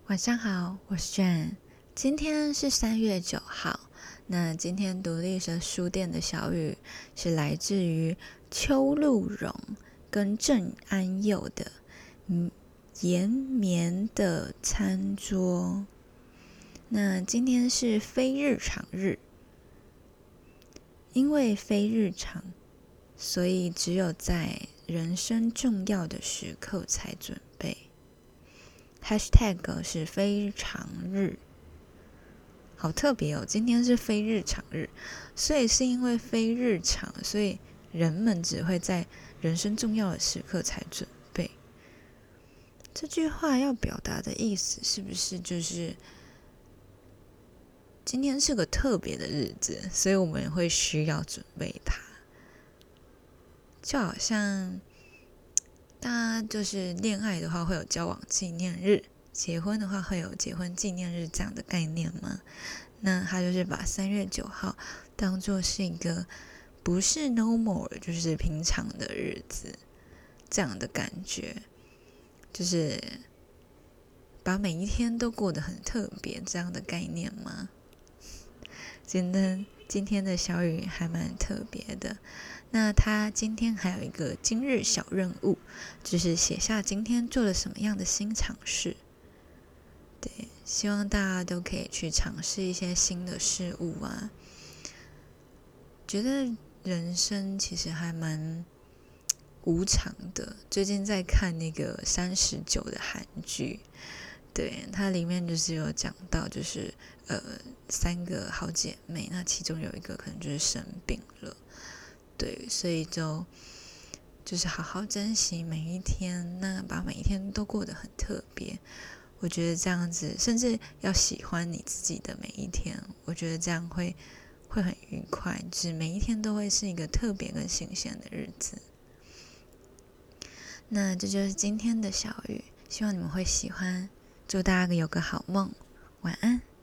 晚上好，我是 Jane。今天是3月9号。那今天独立蛇书店的小语是来自于邱露蓉跟郑安佑的延绵的餐桌。那今天是非日常日，因为非日常，所以只有在人生重要的时刻才准备。#是非常日，好特别哦！今天是非日常日，所以是因为非日常，所以人们只会在人生重要的时刻才准备。这句话要表达的意思是不是就是今天是个特别的日子，所以我们会需要准备它？就好像大家就是恋爱的话会有交往纪念日，结婚的话会有结婚纪念日这样的概念吗？那他就是把3月9号当作是一个不是 normal 就是平常的日子这样的感觉，就是把每一天都过得很特别这样的概念吗？今天的小语还蛮特别的。那他今天还有一个今日小任务，就是写下今天做了什么样的新尝试。对，希望大家都可以去尝试一些新的事物啊。觉得人生其实还蛮无常的。最近在看那个39的韩剧，对，它里面就是有讲到，就是3个好姐妹，那其中有一个可能就是生病了，对，所以就是好好珍惜每一天，那把每一天都过得很特别。我觉得这样子，甚至要喜欢你自己的每一天，我觉得这样会很愉快，就是每一天都会是一个特别跟新鲜的日子。那这就是今天的小语，希望你们会喜欢，祝大家有个好梦，晚安。